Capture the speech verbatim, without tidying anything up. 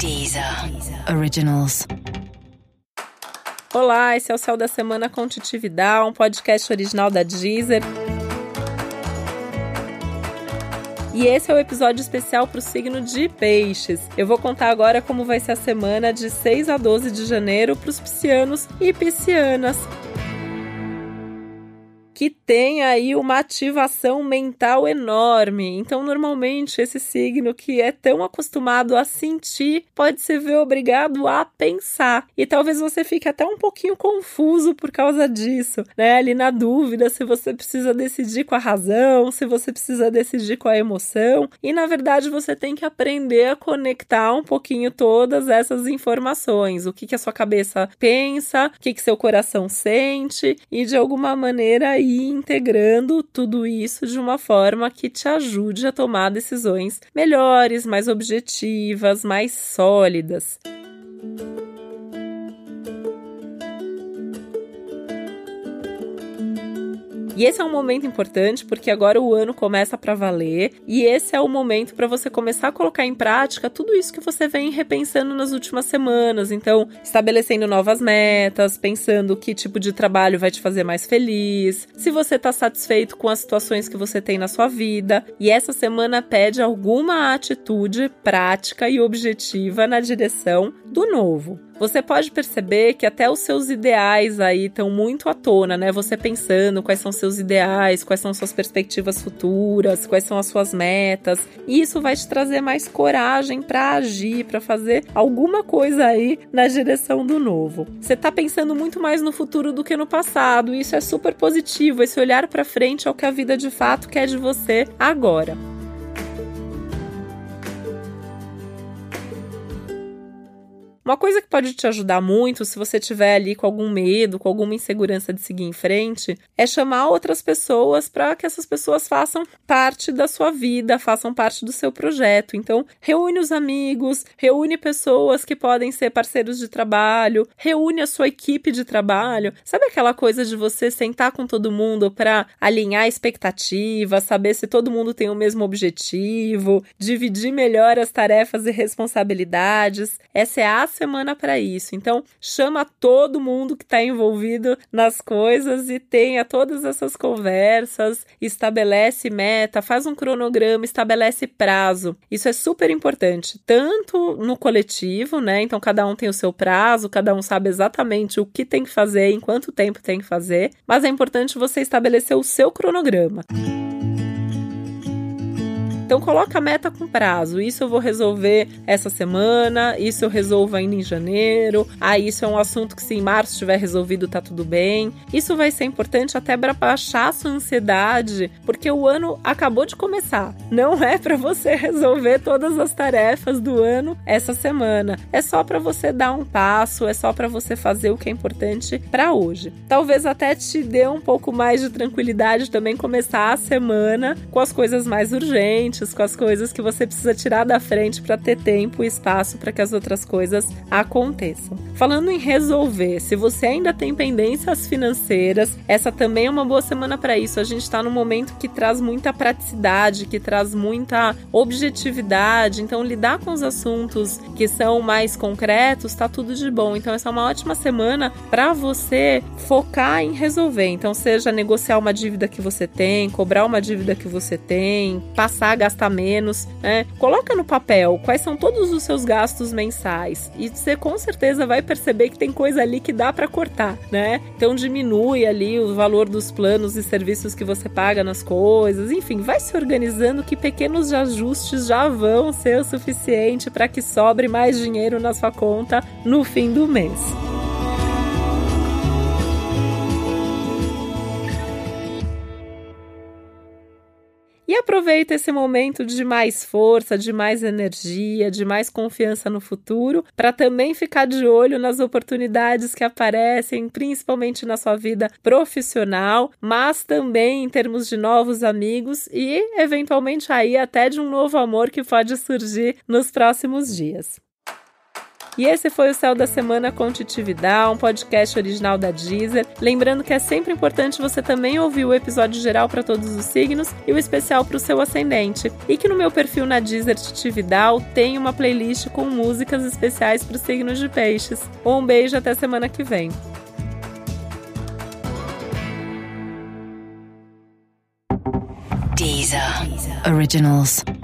Deezer Originals. Olá, esse é o Céu da Semana com Titi Vidal, um podcast original da Deezer. E esse é o episódio especial para o signo de Peixes. Eu vou contar agora como vai ser a semana de seis a doze de janeiro para os piscianos e piscianas, que tem aí uma ativação mental enorme. Então, normalmente, esse signo que é tão acostumado a sentir pode se ver obrigado a pensar. E talvez você fique até um pouquinho confuso por causa disso, né? Ali na dúvida se você precisa decidir com a razão, se você precisa decidir com a emoção. E, na verdade, você tem que aprender a conectar um pouquinho todas essas informações. O que, que a sua cabeça pensa, o que, que seu coração sente e, de alguma maneira, ir integrando tudo isso de uma forma que te ajude a tomar decisões melhores, mais objetivas, mais sólidas. E esse é um momento importante porque agora o ano começa para valer e esse é o momento para você começar a colocar em prática tudo isso que você vem repensando nas últimas semanas. Então, estabelecendo novas metas, pensando que tipo de trabalho vai te fazer mais feliz, se você está satisfeito com as situações que você tem na sua vida. E essa semana pede alguma atitude prática e objetiva na direção do novo. Você pode perceber que até os seus ideais aí estão muito à tona, né? Você pensando quais são seus ideais, quais são suas perspectivas futuras, quais são as suas metas. E isso vai te trazer mais coragem para agir, para fazer alguma coisa aí na direção do novo. Você está pensando muito mais no futuro do que no passado. E isso é super positivo. Esse olhar para frente é o que a vida de fato quer de você agora. Uma coisa que pode te ajudar muito, se você estiver ali com algum medo, com alguma insegurança de seguir em frente, é chamar outras pessoas para que essas pessoas façam parte da sua vida, façam parte do seu projeto. Então, reúne os amigos, reúne pessoas que podem ser parceiros de trabalho, reúne a sua equipe de trabalho. Sabe aquela coisa de você sentar com todo mundo para alinhar expectativas, saber se todo mundo tem o mesmo objetivo, dividir melhor as tarefas e responsabilidades? Essa é a semana para isso. Então, chama todo mundo que está envolvido nas coisas e tenha todas essas conversas, estabelece meta, faz um cronograma, estabelece prazo. Isso é super importante, tanto no coletivo, né? Então, cada um tem o seu prazo, cada um sabe exatamente o que tem que fazer, em quanto tempo tem que fazer, mas é importante você estabelecer o seu cronograma. Então, coloca a meta com prazo. Isso eu vou resolver essa semana, isso eu resolvo ainda em janeiro. Ah, isso é um assunto que se em março estiver resolvido, tá tudo bem. Isso vai ser importante até para baixar a sua ansiedade, porque o ano acabou de começar. Não é para você resolver todas as tarefas do ano essa semana. É só para você dar um passo, é só para você fazer o que é importante para hoje. Talvez até te dê um pouco mais de tranquilidade também começar a semana com as coisas mais urgentes, com as coisas que você precisa tirar da frente para ter tempo e espaço para que as outras coisas aconteçam. Falando em resolver, se você ainda tem pendências financeiras, essa também é uma boa semana para isso. A gente está num momento que traz muita praticidade, que traz muita objetividade, então lidar com os assuntos que são mais concretos está tudo de bom. Então essa é uma ótima semana para você focar em resolver. Então seja negociar uma dívida que você tem, cobrar uma dívida que você tem, passar a gastar menos, né? Coloca no papel quais são todos os seus gastos mensais e você com certeza vai perceber que tem coisa ali que dá para cortar, né? Então diminui ali o valor dos planos e serviços que você paga nas coisas, enfim, vai se organizando que pequenos ajustes já vão ser o suficiente para que sobre mais dinheiro na sua conta no fim do mês. E aproveita esse momento de mais força, de mais energia, de mais confiança no futuro, para também ficar de olho nas oportunidades que aparecem, principalmente na sua vida profissional, mas também em termos de novos amigos e, eventualmente, aí até de um novo amor que pode surgir nos próximos dias. E esse foi o Céu da Semana com Titi Vidal, um podcast original da Deezer. Lembrando que é sempre importante você também ouvir o episódio geral para todos os signos e o especial para o seu ascendente. E que no meu perfil na Deezer Titi Vidal tem uma playlist com músicas especiais para os signos de peixes. Um beijo, até semana que vem. Deezer Originals.